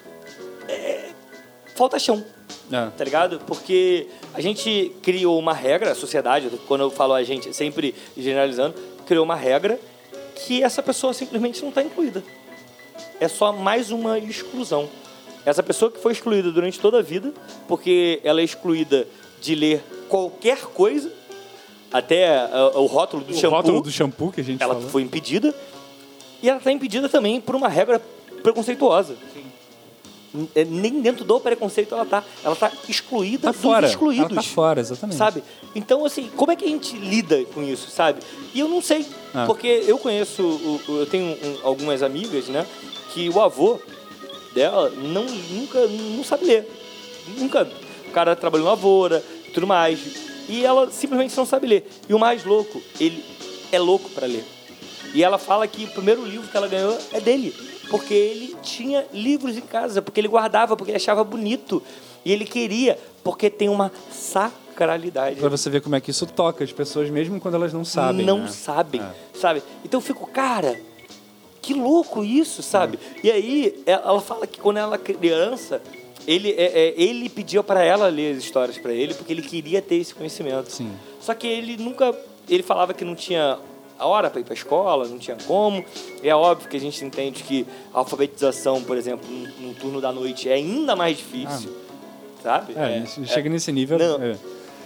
falta chão, tá ligado? Porque a gente criou uma regra, a sociedade, quando eu falo a gente, sempre generalizando, criou uma regra que essa pessoa simplesmente não está incluída. É só mais uma exclusão. Essa pessoa que foi excluída durante toda a vida, porque ela é excluída de ler qualquer coisa, até o rótulo do shampoo. O rótulo do shampoo que a gente falou. Ela foi impedida. E ela está impedida também por uma regra preconceituosa. Nem dentro do preconceito ela está. Ela está excluída dos excluídos. Ela está fora, exatamente. Sabe? Então, assim, como é que a gente lida com isso, sabe? E eu não sei. Porque eu conheço... Eu tenho algumas amigas, né? Que o avô dela não sabe ler. Nunca. O cara trabalhou na lavoura e tudo mais. E ela simplesmente não sabe ler. E o mais louco, ele é louco para ler. E ela fala que o primeiro livro que ela ganhou é dele. Porque ele tinha livros em casa, porque ele guardava, porque ele achava bonito. E ele queria, porque tem uma sacralidade. Pra você ver como é que isso toca as pessoas, mesmo quando elas não sabem. Não sabem, sabe? Então eu fico, cara, que louco isso, sabe? E aí, ela fala que quando ela era criança, ele pedia para ela ler as histórias para ele, porque ele queria ter esse conhecimento. Sim. Só que ele nunca... Ele falava que não tinha... a hora para ir para a escola, não tinha como. E é óbvio que a gente entende que a alfabetização, por exemplo, no turno da noite é ainda mais difícil, sabe? Chega nesse nível. Não.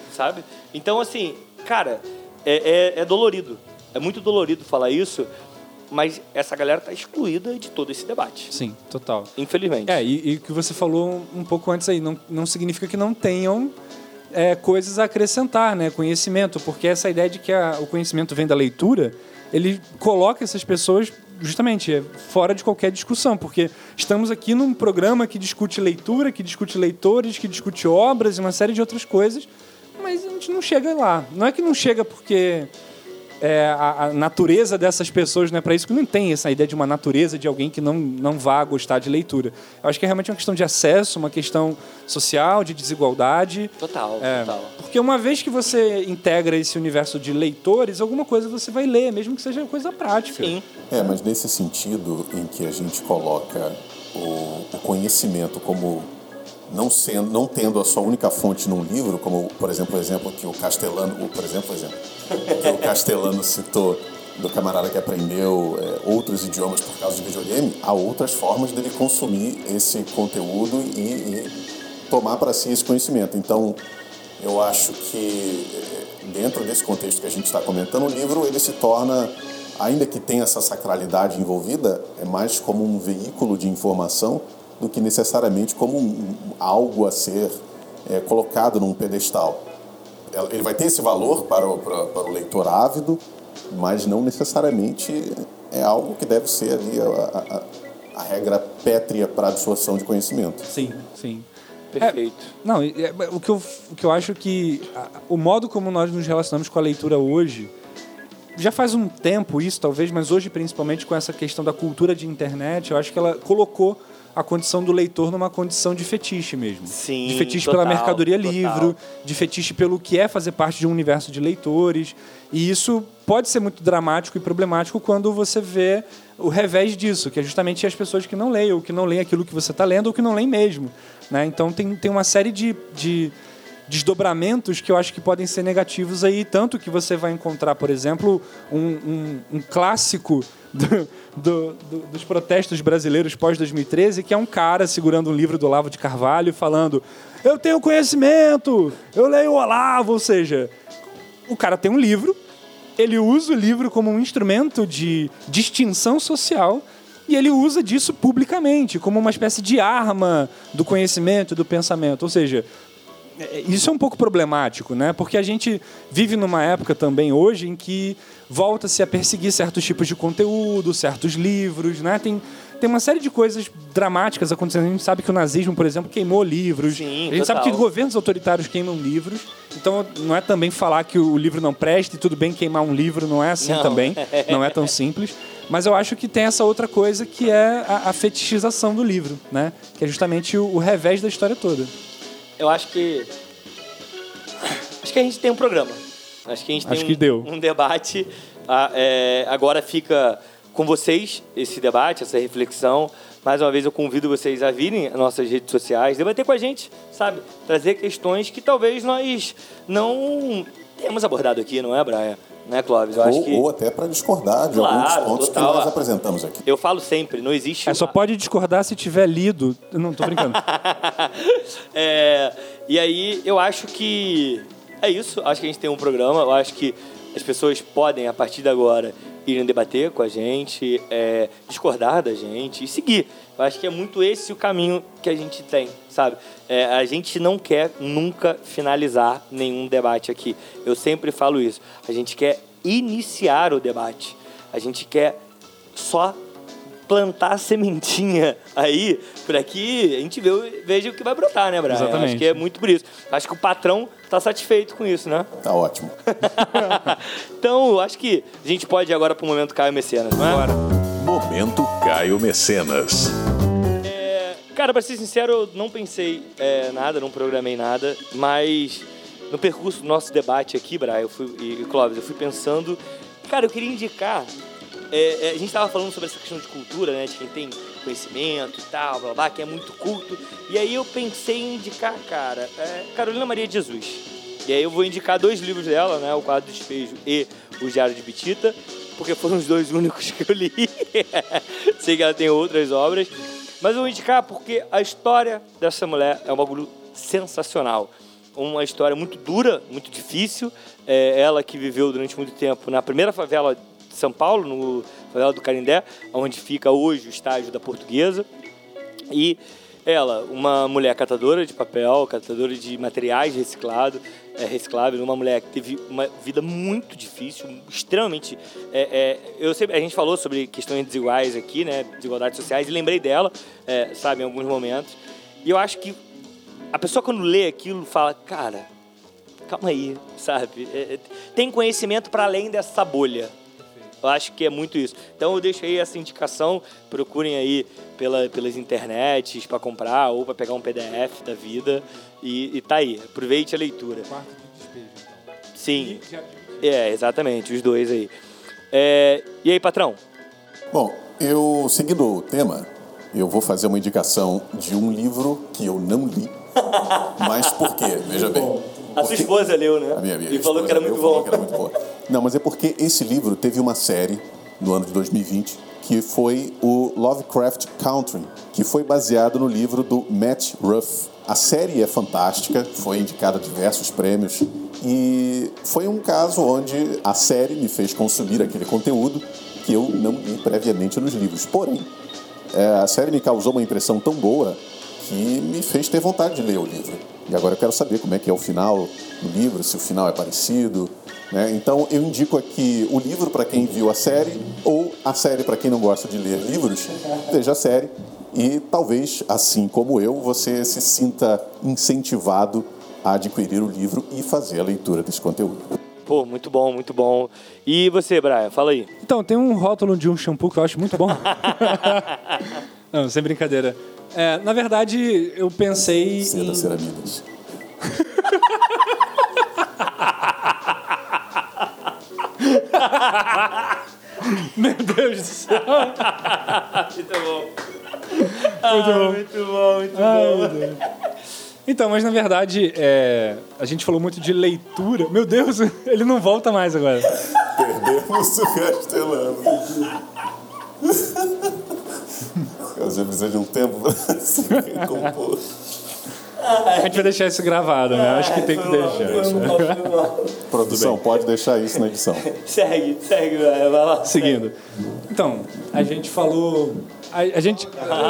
sabe? Então, assim, cara, é dolorido. É muito dolorido falar isso, mas essa galera tá excluída de todo esse debate. Sim, total. Infelizmente. E o que você falou um pouco antes aí, não significa que não tenham coisas a acrescentar, né? Conhecimento, porque essa ideia de que o conhecimento vem da leitura, ele coloca essas pessoas justamente fora de qualquer discussão, porque estamos aqui num programa que discute leitura, que discute leitores, que discute obras e uma série de outras coisas, mas a gente não chega lá. Não é que não chega porque a natureza dessas pessoas não é para isso, que não tem essa ideia de uma natureza de alguém que não vá gostar de leitura. Eu acho que é realmente uma questão de acesso, uma questão social, de desigualdade. Total. Porque uma vez que você integra esse universo de leitores, alguma coisa você vai ler, mesmo que seja coisa prática. Sim. Mas nesse sentido em que a gente coloca o conhecimento como não tendo a sua única fonte num livro, como, por exemplo, o exemplo que o Castellano citou, do camarada que aprendeu outros idiomas por causa de videogame, há outras formas dele consumir esse conteúdo e tomar para si esse conhecimento. Então, eu acho que dentro desse contexto que a gente está comentando, o livro ele se torna, ainda que tenha essa sacralidade envolvida, é mais como um veículo de informação do que necessariamente como algo a ser colocado num pedestal. Ele vai ter esse valor para o leitor ávido, mas não necessariamente é algo que deve ser ali a regra pétrea para a absorção de conhecimento. Sim. Perfeito. O que eu acho que o modo como nós nos relacionamos com a leitura hoje, já faz um tempo isso talvez, mas hoje principalmente com essa questão da cultura de internet, eu acho que ela colocou a condição do leitor numa condição de fetiche mesmo. Sim, de fetiche total, pela mercadoria total. livro, de fetiche pelo que é fazer parte de um universo de leitores. E isso pode ser muito dramático e problemático quando você vê o revés disso, que é justamente as pessoas que não leem, ou que não leem aquilo que você está lendo, ou que não leem mesmo. Né? Então tem uma série de desdobramentos que eu acho que podem ser negativos aí, tanto que você vai encontrar, por exemplo, um clássico dos protestos brasileiros pós-2013, que é um cara segurando um livro do Olavo de Carvalho falando: eu tenho conhecimento, eu leio o Olavo. Ou seja, o cara tem um livro, ele usa o livro como um instrumento de distinção social e ele usa disso publicamente, como uma espécie de arma do conhecimento, do pensamento. Ou seja, isso é um pouco problemático, né? Porque a gente vive numa época também hoje em que volta-se a perseguir certos tipos de conteúdo, certos livros, né? Tem uma série de coisas dramáticas acontecendo. A gente sabe que o nazismo, por exemplo, queimou livros. Sim, a gente sabe que governos autoritários queimam livros. Então, não é também falar que o livro não presta e tudo bem queimar um livro, não é assim também. Não é tão simples. Mas eu acho que tem essa outra coisa que é a fetichização do livro, né? Que é justamente o revés da história toda. Eu acho que a gente tem um programa. Acho que a gente tem um debate. Agora fica com vocês esse debate, essa reflexão. Mais uma vez eu convido vocês a virem às nossas redes sociais, debater com a gente, sabe? Trazer questões que talvez nós não tenhamos abordado aqui, não é, Brian? Né, Clóvis? Ou até para discordar de alguns pontos que nós apresentamos aqui. Eu falo sempre, não existe... Só pode discordar se tiver lido. Não, tô brincando. E aí, eu acho que é isso. Acho que a gente tem um programa. Eu acho que as pessoas podem, a partir de agora, irem debater com a gente, discordar da gente e seguir. Eu acho que é muito esse o caminho que a gente tem, sabe? A gente não quer nunca finalizar nenhum debate aqui. Eu sempre falo isso. A gente quer iniciar o debate. A gente quer só plantar a sementinha aí para que a gente veja o que vai brotar, né, Brian? Exatamente. Acho que é muito por isso. Acho que o patrão está satisfeito com isso, né? Tá ótimo. Então, eu acho que a gente pode ir agora para o Momento Caio Mecenas, não é? Bora. Momento Caio Mecenas. Cara, pra ser sincero, eu não pensei nada, não programei nada, mas no percurso do nosso debate aqui, Brian, e Clóvis, eu fui pensando... Cara, eu queria indicar... a gente estava falando sobre essa questão de cultura, né? De quem tem conhecimento e tal, blá, blá, blá, que é muito culto. E aí eu pensei em indicar, cara, Carolina Maria de Jesus. E aí eu vou indicar 2 livros dela, né? O Quadro do Despejo e O Diário de Bitita, porque foram os 2 únicos que eu li. Sei que ela tem outras obras. Mas eu vou indicar porque a história dessa mulher é um bagulho sensacional. uma história muito dura, muito difícil. Ela que viveu durante muito tempo na primeira favela de São Paulo, no favela do Canindé, onde fica hoje o estádio da Portuguesa. E ela, uma mulher catadora de papel, catadora de materiais recicláveis, uma mulher que teve uma vida muito difícil, extremamente... a gente falou sobre questões desiguais aqui, né, desigualdades sociais, e lembrei dela, sabe, em alguns momentos. E eu acho que a pessoa, quando lê aquilo, fala, cara, calma aí, sabe? Tem conhecimento para além dessa bolha. Eu acho que é muito isso. Então eu deixo aí essa indicação, procurem aí pelas internets para comprar ou para pegar um PDF da vida e tá aí. Aproveite a leitura. Quarto de despejo, então. Sim. Exatamente, os dois aí. E aí, patrão? Bom, eu, seguindo o tema, eu vou fazer uma indicação de um livro que eu não li. Mas por quê? Veja bem. A sua esposa leu, né? A minha e falou que era muito bom. Que era muito boa. Não, mas é porque esse livro teve uma série no ano de 2020 que foi o Lovecraft Country, que foi baseado no livro do Matt Ruff. A série é fantástica, foi indicada a diversos prêmios e foi um caso onde a série me fez consumir aquele conteúdo que eu não li previamente nos livros. Porém, a série me causou uma impressão tão boa que me fez ter vontade de ler o livro. E agora eu quero saber como é que é o final do livro, se o final é parecido, né? Então eu indico aqui o livro para quem viu a série, ou a série para quem não gosta de ler livros, veja a série e talvez, assim como eu, você se sinta incentivado a adquirir o livro e fazer a leitura desse conteúdo. Pô, muito bom, muito bom. E você, Brian, fala aí. Então, tem um rótulo de um shampoo que eu acho muito bom. Não, sem brincadeira. Na verdade, eu pensei Seda Ceramidas. Meu Deus do céu. Muito bom. Muito bom. Muito bom. Meu Deus. Então, mas na verdade, a gente falou muito de leitura. Meu Deus, ele não volta mais agora. Perdemos o Castelano. Você precisa de um tempo para se recompor. A gente vai deixar isso gravado, né? Acho que tem que deixar. Produção, pode deixar isso na edição. Segue, vai lá. Seguindo. Então, a gente falou... A gente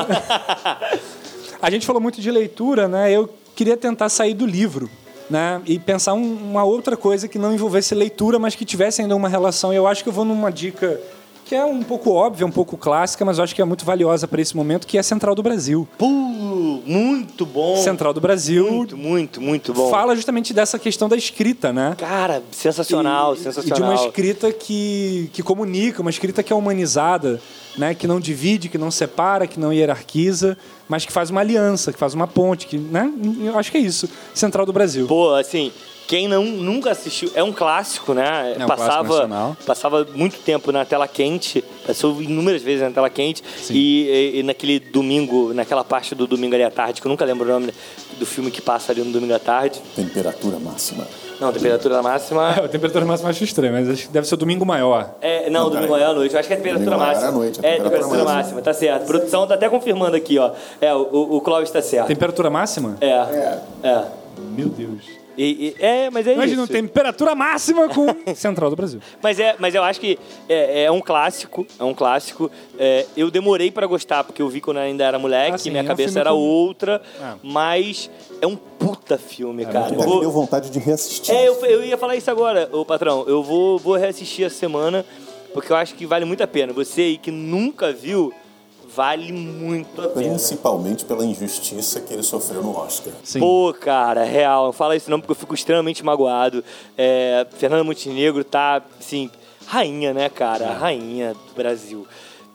falou muito de leitura, né? Eu queria tentar sair do livro, né? E pensar uma outra coisa que não envolvesse leitura, mas que tivesse ainda uma relação. E eu acho que eu vou numa dica que é um pouco óbvia, um pouco clássica, mas eu acho que é muito valiosa para esse momento, que é Central do Brasil. Muito bom. Central do Brasil. Muito bom. Fala justamente dessa questão da escrita, né? Cara, sensacional. E de uma escrita que comunica, uma escrita que é humanizada, né? Que não divide, que não separa, que não hierarquiza, mas que faz uma aliança, que faz uma ponte, né? Eu acho que é isso. Central do Brasil. Pô, assim... Quem nunca assistiu, é um clássico, né? É um clássico nacional. Passava muito tempo na tela quente, passou inúmeras vezes na tela quente. E naquele domingo, naquela parte do domingo ali à tarde, que eu nunca lembro o nome do filme que passa ali no domingo à tarde. Temperatura máxima. Não, temperatura máxima... A temperatura máxima eu acho estranho, mas acho que deve ser o domingo maior. Não, domingo maior à noite. Eu acho que é temperatura máxima. Temperatura máxima, tá certo. A produção tá até confirmando aqui, ó. O Clóvis tá certo. Temperatura máxima? Meu Deus. Mas é Imagina, isso. Temperatura máxima com Central do Brasil. Mas eu acho que é um clássico. Eu demorei pra gostar, porque eu vi quando eu ainda era moleque, minha cabeça era outra. Mas é um puta filme, cara. Me deu vontade de reassistir. Eu ia falar isso agora, ô patrão. Eu vou reassistir essa semana, porque eu acho que vale muito a pena. Você aí que nunca viu... Vale muito a pena. Principalmente pela injustiça que ele sofreu no Oscar. Sim. Pô, cara, real. Não fala isso não, porque eu fico extremamente magoado. Fernanda Montenegro tá, assim, rainha, né, cara? Rainha do Brasil.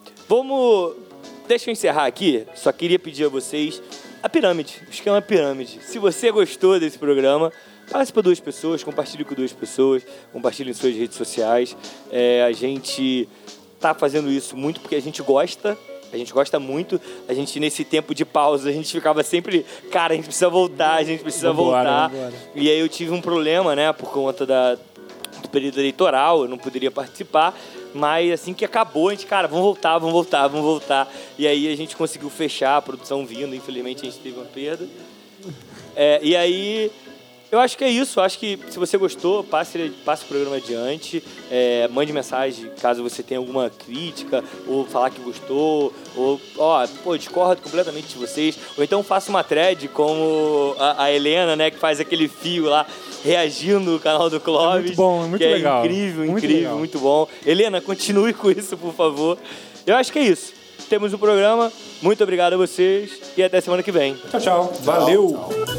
Deixa eu encerrar aqui. Só queria pedir a vocês a pirâmide. O esquema pirâmide. Se você gostou desse programa, passe para 2 pessoas, compartilhe com 2 pessoas, compartilhe em suas redes sociais. A gente tá fazendo isso muito porque a gente gosta. A gente gosta muito. A gente, nesse tempo de pausa, a gente ficava sempre... Cara, a gente precisa voltar, voltar. E aí eu tive um problema, né? Por conta do período eleitoral. Eu não poderia participar. Mas assim que acabou, a gente... Cara, vamos voltar. E aí a gente conseguiu fechar a produção vindo. Infelizmente, a gente teve uma perda. E aí... Eu acho que é isso. Eu acho que se você gostou, passe o programa adiante. Mande mensagem caso você tenha alguma crítica, ou falar que gostou, ou, discordo completamente de vocês. Ou então faça uma thread como a Helena, né, que faz aquele fio lá, reagindo no canal do Clóvis. É muito bom, é muito legal. Incrível, muito bom. Helena, continue com isso, por favor. Eu acho que é isso. Temos o programa. Muito obrigado a vocês e até semana que vem. Tchau, tchau. Valeu! Tchau.